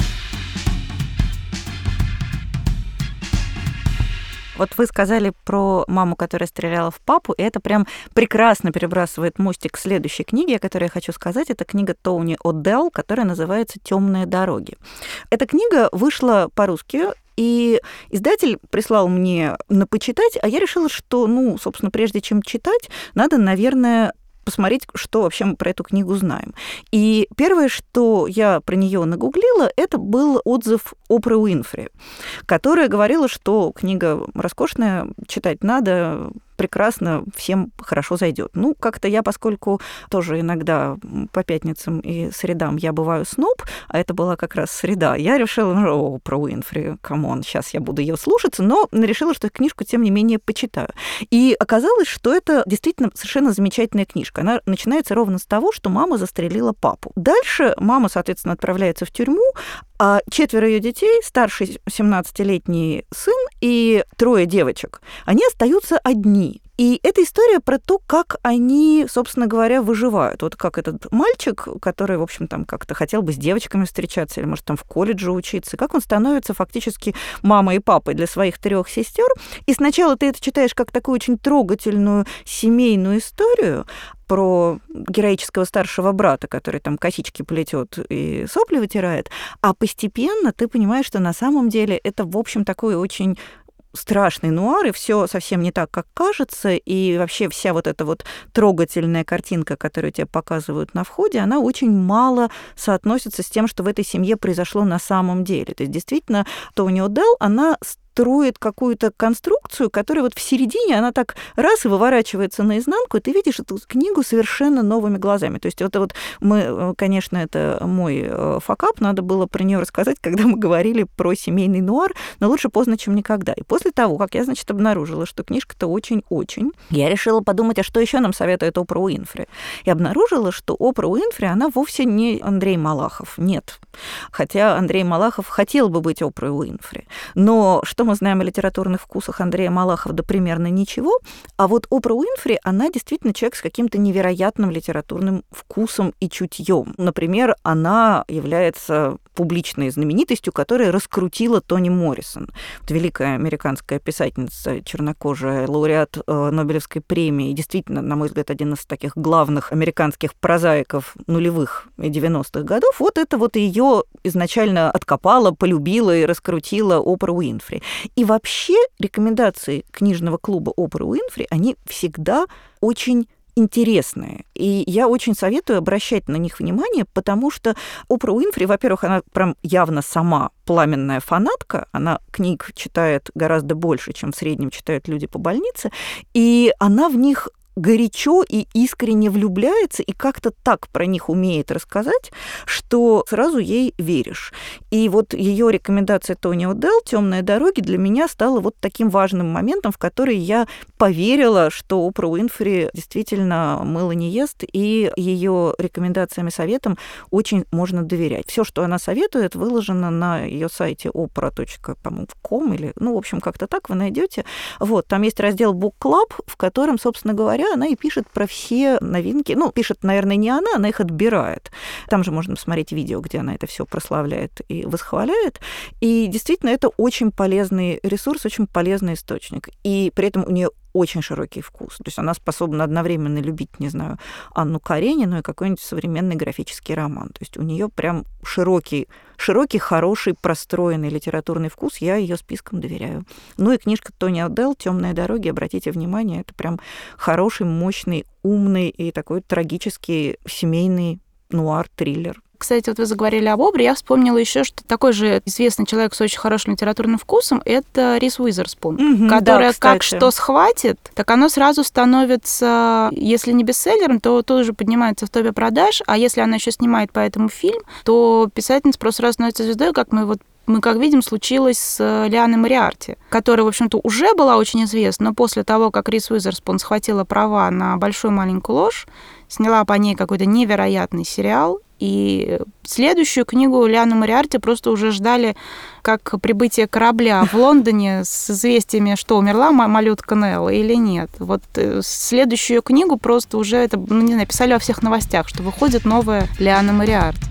Вот вы сказали про маму, которая стреляла в папу, и это прям прекрасно перебрасывает мостик к следующей книге, о которой я хочу сказать. Это книга Тони Одделл, которая называется «Темные дороги». Эта книга вышла по-русски, и издатель прислал мне на почитать, а я решила, что, ну, собственно, прежде чем читать, надо, наверное, посмотреть, что вообще мы про эту книгу знаем. И первое, что я про нее нагуглила, это был отзыв Опры Уинфри, которая говорила, что книга роскошная, читать надо, прекрасно, всем хорошо зайдет. Ну, как-то я, поскольку тоже иногда по пятницам и средам я бываю сноб, а это была как раз среда, я решила, ну, про Уинфри, камон, сейчас я буду ее слушаться, но решила, что книжку, тем не менее, почитаю. И оказалось, что это действительно совершенно замечательная книжка. Она начинается ровно с того, что мама застрелила папу. Дальше мама, соответственно, отправляется в тюрьму, а четверо ее детей, старший семнадцатилетний сын и трое девочек, они остаются одни. И это история про то, как они, собственно говоря, выживают. Вот как этот мальчик, который, в общем, там как-то хотел бы с девочками встречаться или, может, там в колледже учиться, как он становится фактически мамой и папой для своих трех сестер. И сначала ты это читаешь как такую очень трогательную семейную историю про героического старшего брата, который там косички плетет и сопли вытирает, а постепенно ты понимаешь, что на самом деле это, в общем, такой очень страшный нуар, и все совсем не так, как кажется, и вообще вся вот эта вот трогательная картинка, которую тебе показывают на входе, она очень мало соотносится с тем, что в этой семье произошло на самом деле. То есть действительно Тони Одделл, она строит какую-то конструкцию, которая вот в середине, она так раз и выворачивается наизнанку, и ты видишь эту книгу совершенно новыми глазами. То есть это вот мы, конечно, это мой факап, надо было про нее рассказать, когда мы говорили про семейный нуар, но лучше поздно, чем никогда. И после того, как я, значит, обнаружила, что книжка-то очень-очень, я решила подумать, а что еще нам советует Опра Уинфри? И обнаружила, что Опра Уинфри, она вовсе не Андрей Малахов. Нет. Хотя Андрей Малахов хотел бы быть Опрой Уинфри. Но что мы знаем о литературных вкусах Андрея Малахова? Да примерно ничего. А вот Опра Уинфри, она действительно человек с каким-то невероятным литературным вкусом и чутьем. Например, она является публичной знаменитостью, которая раскрутила Тони Моррисон. Вот великая американская писательница, чернокожая, лауреат Нобелевской премии, действительно, на мой взгляд, один из таких главных американских прозаиков нулевых и девяностых годов. Вот это вот ее изначально откопала, полюбила и раскрутила Опра Уинфри. И вообще рекомендации книжного клуба Опры Уинфри, они всегда очень интересные. И я очень советую обращать на них внимание, потому что Опра Уинфри, во-первых, она прям явно сама пламенная фанатка, она книг читает гораздо больше, чем в среднем читают люди по больнице, и она в них горячо и искренне влюбляется и как-то так про них умеет рассказать, что сразу ей веришь. И вот ее рекомендация Тони Одделл «Темные дороги» для меня стала вот таким важным моментом, в который я поверила, что Опра Уинфри действительно мыло не ест, и ее рекомендациям и советам очень можно доверять. Все, что она советует, выложено на ее сайте опра точка ком или, ну, в общем, как-то так вы найдете. Вот, там есть раздел Book Club, в котором, собственно говоря, она и пишет про все новинки. Ну, пишет, наверное, не она, она их отбирает. Там же можно посмотреть видео, где она это все прославляет и восхваляет. И действительно, это очень полезный ресурс, очень полезный источник. И при этом у нее очень широкий вкус. То есть она способна одновременно любить, не знаю, Анну Каренину и какой-нибудь современный графический роман. То есть у нее прям широкий, широкий, хороший, простроенный литературный вкус. Я ее списком доверяю. Ну и книжка Тони Одделл «Темные дороги», обратите внимание, это прям хороший, мощный, умный и такой трагический семейный нуар-триллер. Кстати, вот вы заговорили об Опре, я вспомнила еще, что такой же известный человек с очень хорошим литературным вкусом — это Риз Уизерспун, mm-hmm, которая, да, как что схватит, так оно сразу становится, если не бестселлером, то тоже поднимается в топе продаж, а если она еще снимает по этому фильм, то писательница просто сразу становится звездой, как мы вот мы, как видим, случилось с Лианой Мориарти, которая, в общем-то, уже была очень известна, но после того, как Риз Уизерспун схватила права на «Большую маленькую ложь», сняла по ней какой-то невероятный сериал, и следующую книгу Лианы Мориарти просто уже ждали как прибытие корабля в Лондоне с известиями, что умерла малютка Нелла или нет. Вот следующую книгу просто уже, это, ну, не знаю, писали во всех новостях, что выходит новая Лиана Мориарти.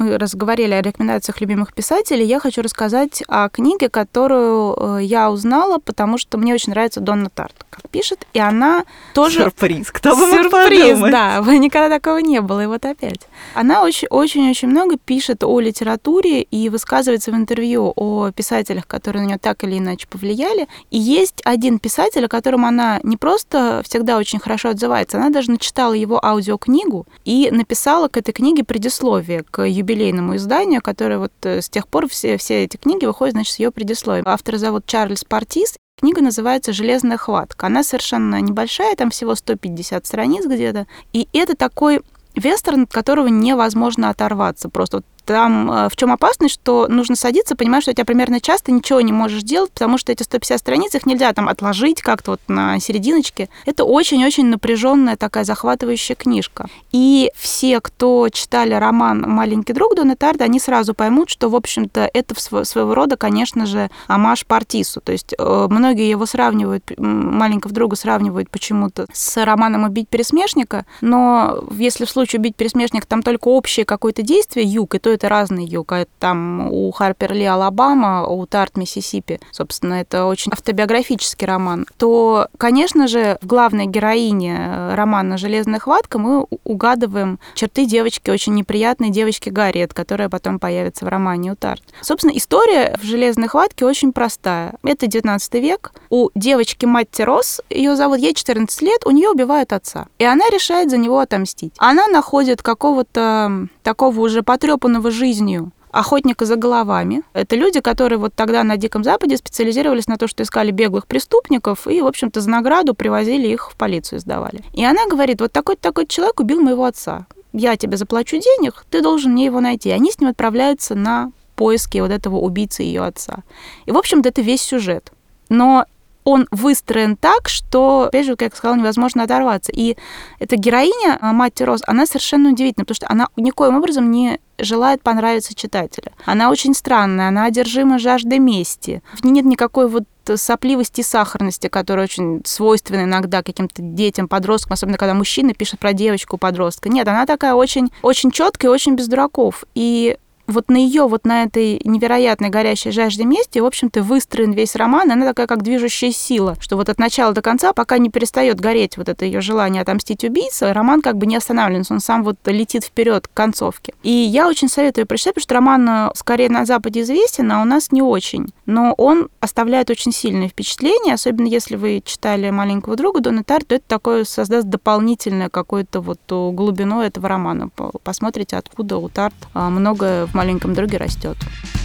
мы разговаривали о рекомендациях любимых писателей, я хочу рассказать о книге, которую я узнала, потому что мне очень нравится Донна Тарт, как пишет, и она тоже... Сюрприз, кто бы мог Сюрприз, подумать. да, никогда такого не было, и вот опять. Она очень-очень-очень много пишет о литературе и высказывается в интервью о писателях, которые на нее так или иначе повлияли. И есть один писатель, о котором она не просто всегда очень хорошо отзывается, она даже начитала его аудиокнигу и написала к этой книге предисловие к юбилейному изданию, которое вот с тех пор все, все эти книги выходят, значит, с ее предисловием. Автора зовут Чарльз Партис. Книга называется «Железная хватка». Она совершенно небольшая, там всего сто пятьдесят страниц где-то. И это такой вестерн, от которого невозможно оторваться. Просто вот там в чем опасность, что нужно садиться, понимаешь, что у тебя примерно час ты ничего не можешь делать, потому что эти сто пятьдесят страниц, их нельзя там отложить как-то вот на серединочке. Это очень-очень напряженная такая захватывающая книжка. И все, кто читали роман «Маленький друг» Донны Тарт, они сразу поймут, что, в общем-то, это своего рода, конечно же, оммаж Партису. То есть многие его сравнивают, «Маленького друга» сравнивают почему-то с романом «Убить пересмешника», но если в случае «Убить пересмешника» там только общее какое-то действие, юг, и то это разный юг. Это там у Харпер Ли Алабама, у Тарт Миссисипи. Собственно, это очень автобиографический роман. То, конечно же, в главной героине романа «Железная хватка» мы угадываем черты девочки, очень неприятной девочки Гарриет, которая потом появится в романе у Тарт. Собственно, история в «Железной хватке» очень простая. Это девятнадцатый век. У девочки Матти Росс, ее зовут, ей четырнадцать лет, у нее убивают отца. И она решает за него отомстить. Она находит какого-то такого уже потрепанного жизнью охотника за головами. Это люди, которые вот тогда на Диком Западе специализировались на то, что искали беглых преступников и, в общем-то, за награду привозили их в полицию, сдавали. И она говорит, вот такой-то такой человек убил моего отца. Я тебе заплачу денег, ты должен мне его найти. И они с ним отправляются на поиски вот этого убийцы ее отца. И, в общем-то, это весь сюжет. Но он выстроен так, что, опять же, как я сказала, невозможно оторваться. И эта героиня, Матти Росс, она совершенно удивительна, потому что она никоим образом не желает понравиться читателю. Она очень странная, она одержима жаждой мести. В ней нет никакой вот сопливости и сахарности, которая очень свойственна иногда каким-то детям, подросткам, особенно когда мужчина пишет про девочку-подростка. Нет, она такая очень, очень чёткая и очень без дураков. И вот на ее, вот на этой невероятной горящей жажде мести, в общем-то, выстроен весь роман, и она такая, как движущая сила, что вот от начала до конца, пока не перестает гореть вот это ее желание отомстить убийце, роман как бы не останавливается, он сам вот летит вперед к концовке. И я очень советую прочитать, потому что роман скорее на Западе известен, а у нас не очень. Но он оставляет очень сильное впечатление, особенно если вы читали «Маленького друга» Донны Тарт, то это такое создаст дополнительное какое-то вот глубину этого романа. Посмотрите, откуда у Тарт много в «Маленьком друге» растет.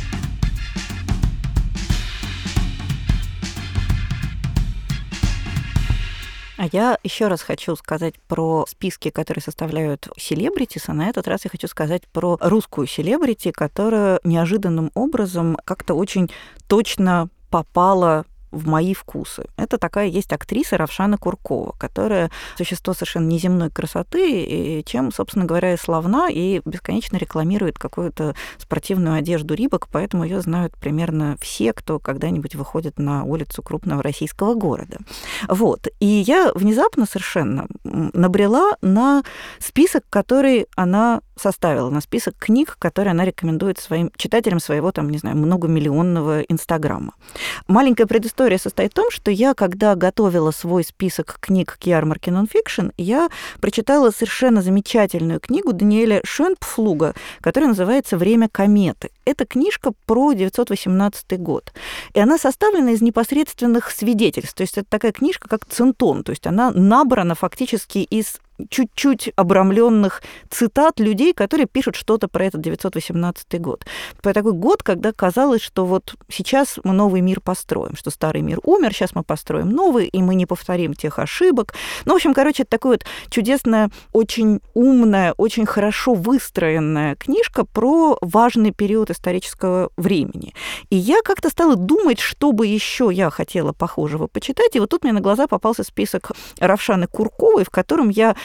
А я еще раз хочу сказать про списки, которые составляют селебритис, а на этот раз я хочу сказать про русскую селебрити, которая неожиданным образом как-то очень точно попала в мои вкусы. Это такая есть актриса Равшана Куркова, которая существо совершенно неземной красоты, и чем, собственно говоря, и славна, и бесконечно рекламирует какую-то спортивную одежду Рибок, поэтому ее знают примерно все, кто когда-нибудь выходит на улицу крупного российского города. Вот. И я внезапно совершенно набрела на список, который она составила, на список книг, которые она рекомендует своим читателям своего, там, не знаю, многомиллионного Инстаграма. Маленькая предыстория История состоит в том, что я, когда готовила свой список книг к ярмарке нонфикшн, я прочитала совершенно замечательную книгу Даниэля Шönpfluga, которая называется «Время кометы». Это книжка про девятьсот восемнадцатый год. И она составлена из непосредственных свидетельств. То есть это такая книжка, как центон. То есть она набрана фактически из чуть-чуть обрамленных цитат людей, которые пишут что-то про этот девятьсот восемнадцатый год. Про такой год, когда казалось, что вот сейчас мы новый мир построим, что старый мир умер, сейчас мы построим новый, и мы не повторим тех ошибок. Ну, в общем, короче, это такая вот чудесная, очень умная, очень хорошо выстроенная книжка про важный период исторического времени. И я как-то стала думать, что бы еще я хотела похожего почитать, и вот тут мне на глаза попался список Равшаны Курковой, в котором я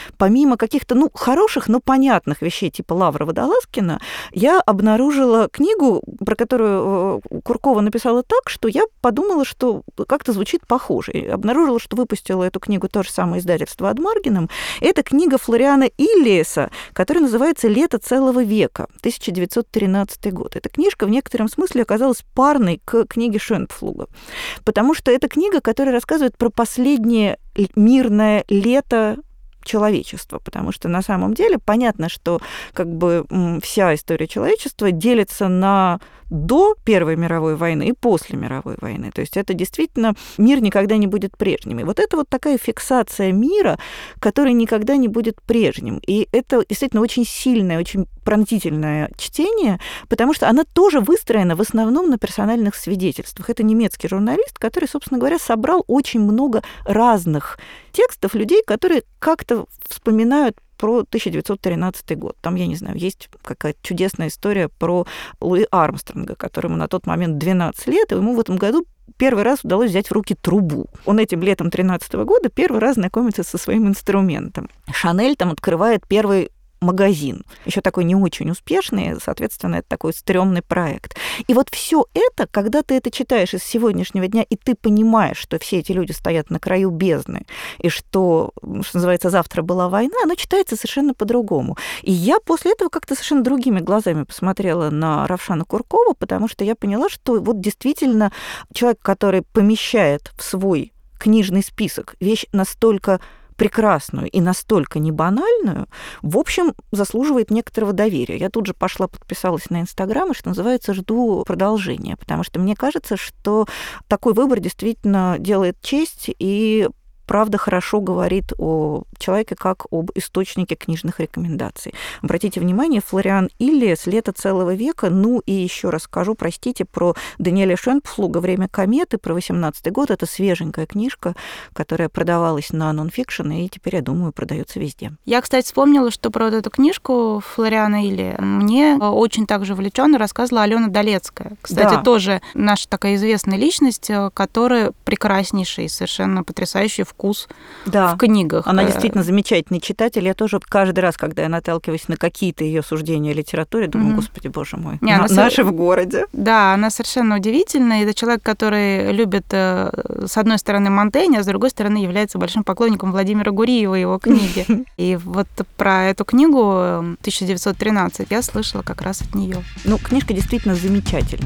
помимо каких-то, ну, хороших, но понятных вещей типа Лавра Водолазкина, я обнаружила книгу, про которую Куркова написала так, что я подумала, что как-то звучит похоже. И обнаружила, что выпустила эту книгу то же самое издательство Адмаргином. Это книга Флориана Иллиеса, которая называется «Лето целого века», тысяча девятьсот тринадцатый год. Эта книжка в некотором смысле оказалась парной к книге Шойнпфлуга, потому что это книга, которая рассказывает про последнее мирное лето человечества, потому что на самом деле понятно, что как бы вся история человечества делится на до Первой мировой войны и после мировой войны. То есть это действительно мир никогда не будет прежним. И вот это вот такая фиксация мира, который никогда не будет прежним. И это действительно очень сильное, очень пронзительное чтение, потому что она тоже выстроена в основном на персональных свидетельствах. Это немецкий журналист, который, собственно говоря, собрал очень много разных текстов людей, которые как-то вспоминают про тысяча девятьсот тринадцатый год. Там, я не знаю, есть какая-то чудесная история про Луи Армстронга, которому на тот момент двенадцать лет, и ему в этом году первый раз удалось взять в руки трубу. Он этим летом тринадцатого года первый раз знакомится со своим инструментом. Шанель там открывает первый магазин. Еще такой не очень успешный, соответственно, это такой стрёмный проект. И вот все это, когда ты это читаешь из сегодняшнего дня, и ты понимаешь, что все эти люди стоят на краю бездны, и что, что называется, завтра была война, оно читается совершенно по-другому. И я после этого как-то совершенно другими глазами посмотрела на Равшана Куркова, потому что я поняла, что вот действительно человек, который помещает в свой книжный список вещь настолько прекрасную и настолько небанальную, в общем, заслуживает некоторого доверия. Я тут же пошла, подписалась на Инстаграм, и, что называется, жду продолжения, потому что мне кажется, что такой выбор действительно делает честь и правда хорошо говорит о человеке как об источнике книжных рекомендаций. Обратите внимание, Флориан Иллиес «Лето целого века». Ну и еще раз скажу, простите, про Даниэля Шойнпфлуга «Время кометы», про восемнадцатый год. Это свеженькая книжка, которая продавалась на нонфикшн, и теперь, я думаю, продается везде. Я, кстати, вспомнила, что про вот эту книжку Флориана Иллиеса мне очень также увлеченно рассказывала Алена Долецкая. Кстати, да. Тоже наша такая известная личность, которая прекраснейший, совершенно потрясающий вкус да. в книгах. Она действительно замечательный читатель. Я тоже каждый раз, когда я наталкиваюсь на какие-то ее суждения о литературе, думаю, mm-hmm. господи, боже мой, Не, на, наши со... в городе. Да, она совершенно удивительная. Это человек, который любит, с одной стороны, Монтэня, а с другой стороны, является большим поклонником Владимира Гуриева и его книги. И вот про эту книгу тысяча девятьсот тринадцать я слышала как раз от нее. Ну, книжка действительно замечательная.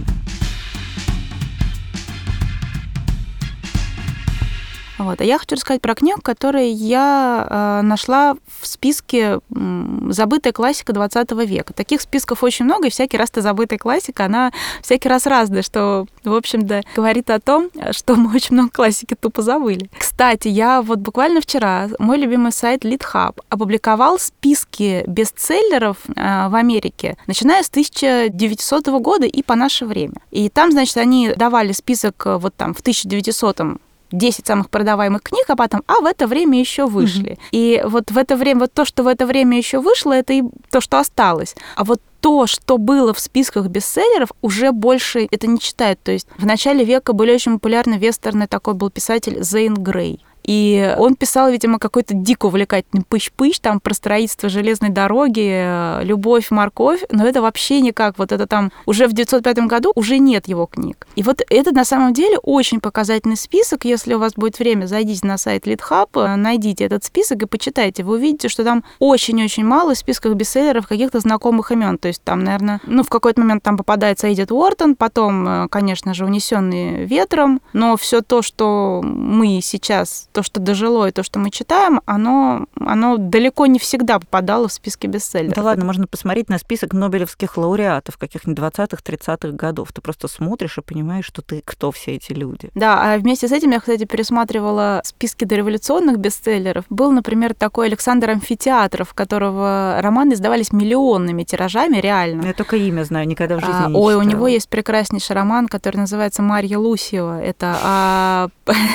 Вот. А я хочу рассказать про книгу, которую я э, нашла в списке м, «Забытая классика двадцатого века». Таких списков очень много, и всякий раз эта забытая классика, она всякий раз разная, что, в общем-то, говорит о том, что мы очень много классики тупо забыли. Кстати, я вот буквально вчера, мой любимый сайт LitHub опубликовал списки бестселлеров э, в Америке, начиная с тысяча девятисотого года и по наше время. И там, значит, они давали список вот там в тысяча девятисотом десять самых продаваемых книг, а потом, а в это время еще вышли. Mm-hmm. И вот в это время, вот то, что в это время еще вышло, это и то, что осталось. А вот то, что было в списках бестселлеров, уже больше это не читают. То есть в начале века были очень популярны вестерны, такой был писатель Зейн Грей. И он писал, видимо, какой-то дико увлекательный пыщ-пыщ, там, про строительство железной дороги, любовь, морковь, но это вообще никак. Вот это там уже в девятьсот пятом году уже нет его книг. И вот это на самом деле очень показательный список. Если у вас будет время, зайдите на сайт LitHub, найдите этот список и почитайте. Вы увидите, что там очень-очень мало в списках бестселлеров каких-то знакомых имен. То есть там, наверное, ну, в какой-то момент там попадается Эдит Уортон, потом, конечно же, «Унесенные ветром», но все то, что мы сейчас то, что дожило, и то, что мы читаем, оно, оно далеко не всегда попадало в списки бестселлеров. Да ладно, можно посмотреть на список нобелевских лауреатов каких-нибудь двадцатых-тридцатых годов. Ты просто смотришь и понимаешь, что ты кто все эти люди. Да, а вместе с этим я, кстати, пересматривала списки дореволюционных бестселлеров. Был, например, такой Александр Амфитеатров, которого романы издавались миллионными тиражами, реально. Я только имя знаю, никогда в жизни а, не Ой, читала. У него есть прекраснейший роман, который называется «Марья Лусиева». Это... А...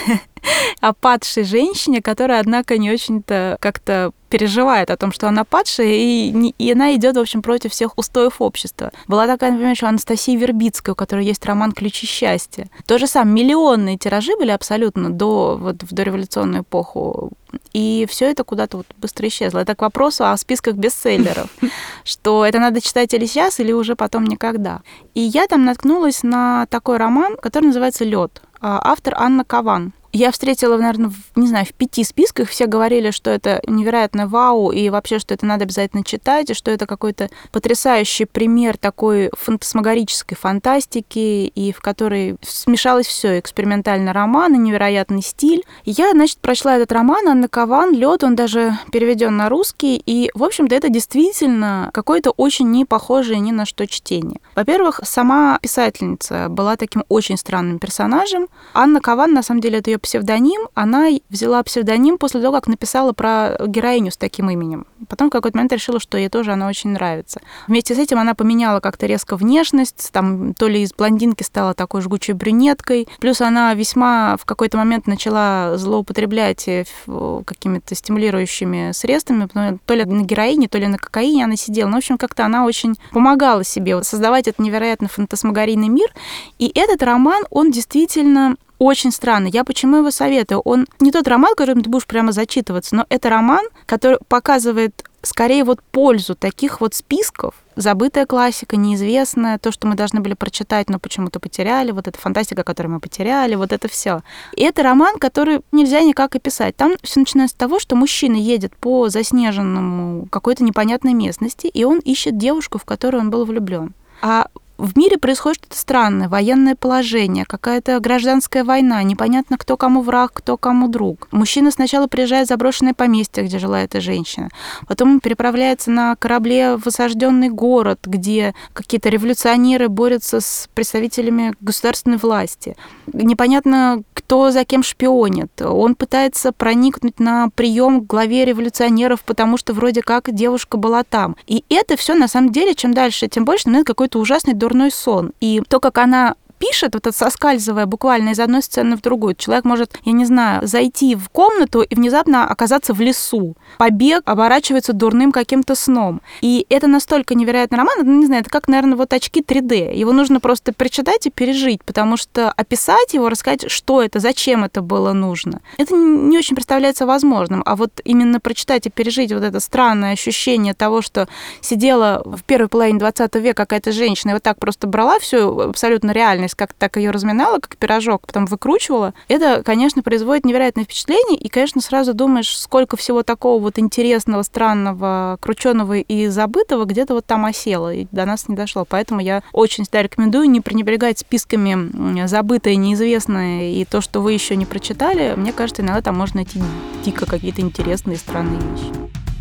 о падшей женщине, которая, однако, не очень-то как-то переживает о том, что она падшая, и, не, и она идет, в общем, против всех устоев общества. Была такая, например, еще Анастасия Вербицкая, у которой есть роман «Ключи счастья». То же самое, миллионные тиражи были абсолютно до, вот, в дореволюционную эпоху, и все это куда-то вот быстро исчезло. Это к вопросу о списках бестселлеров, что это надо читать или сейчас, или уже потом никогда. И я там наткнулась на такой роман, который называется «Лед». Автор Анна Каван. Я встретила, наверное, в, не знаю, в пяти списках. Все говорили, что это невероятно вау, и вообще, что это надо обязательно читать, и что это какой-то потрясающий пример такой фантасмагорической фантастики, и в которой смешалось все: экспериментальный роман и невероятный стиль. И я, значит, прочла этот роман Анна Каван «Лед», он даже переведен на русский, и, в общем-то, это действительно какое-то очень не похожее ни на что чтение. Во-первых, сама писательница была таким очень странным персонажем. Анна Каван, на самом деле, это ее псевдоним, она взяла псевдоним после того, как написала про героиню с таким именем. Потом в какой-то момент решила, что ей тоже она очень нравится. Вместе с этим она поменяла как-то резко внешность, там то ли из блондинки стала такой жгучей брюнеткой, плюс она весьма в какой-то момент начала злоупотреблять какими-то стимулирующими средствами, то ли на героине, то ли на кокаине она сидела. Ну, в общем, как-то она очень помогала себе создавать этот невероятно фантасмагорийный мир. И этот роман, он действительно очень странный. Я почему его советую? Он не тот роман, которым ты будешь прямо зачитываться, но это роман, который показывает скорее вот пользу таких вот списков. Забытая классика, неизвестная, то, что мы должны были прочитать, но почему-то потеряли, вот эта фантастика, которую мы потеряли, вот это все. И это роман, который нельзя никак описать. Там все начинается с того, что мужчина едет по заснеженному какой-то непонятной местности, и он ищет девушку, в которую он был влюблен. А в мире происходит что-то странное, военное положение, какая-то гражданская война, непонятно, кто кому враг, кто кому друг. Мужчина сначала приезжает в заброшенное поместье, где жила эта женщина, потом он переправляется на корабле в осажденный город, где какие-то революционеры борются с представителями государственной власти. Непонятно, кто за кем шпионит. Он пытается проникнуть на прием к главе революционеров, потому что вроде как девушка была там. И это все на самом деле, чем дальше, тем больше напоминает какой-то ужасный дурной сон. И то, как она пишет, вот это соскальзывая буквально из одной сцены в другую. Человек может, я не знаю, зайти в комнату и внезапно оказаться в лесу. Побег оборачивается дурным каким-то сном. И это настолько невероятный роман, это, не знаю, это как, наверное, вот очки три дэ. Его нужно просто прочитать и пережить, потому что описать его, рассказать, что это, зачем это было нужно, это не очень представляется возможным. А вот именно прочитать и пережить вот это странное ощущение того, что сидела в первой половине двадцатого века какая-то женщина и вот так просто брала всю абсолютно реальность, как так ее разминала, как пирожок, потом выкручивала, это, конечно, производит невероятное впечатление, и, конечно, сразу думаешь, сколько всего такого вот интересного, странного, крученого и забытого где-то вот там осело, и до нас не дошло. Поэтому я очень всегда рекомендую не пренебрегать списками забытое, неизвестное и то, что вы еще не прочитали. Мне кажется, иногда там можно найти дико какие-то интересные, странные вещи.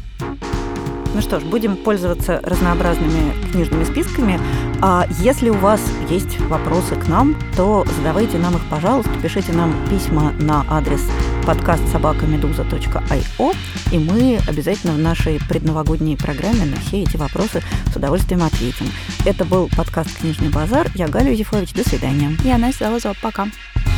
Ну что ж, будем пользоваться разнообразными книжными списками. А если у вас есть вопросы к нам, то задавайте нам их, пожалуйста. Пишите нам письма на адрес подкаст собака медуза точка ай о, и мы обязательно в нашей предновогодней программе на все эти вопросы с удовольствием ответим. Это был подкаст «Книжный базар». Я Галя Юзефович. До свидания. Я Настя Завозова. Пока.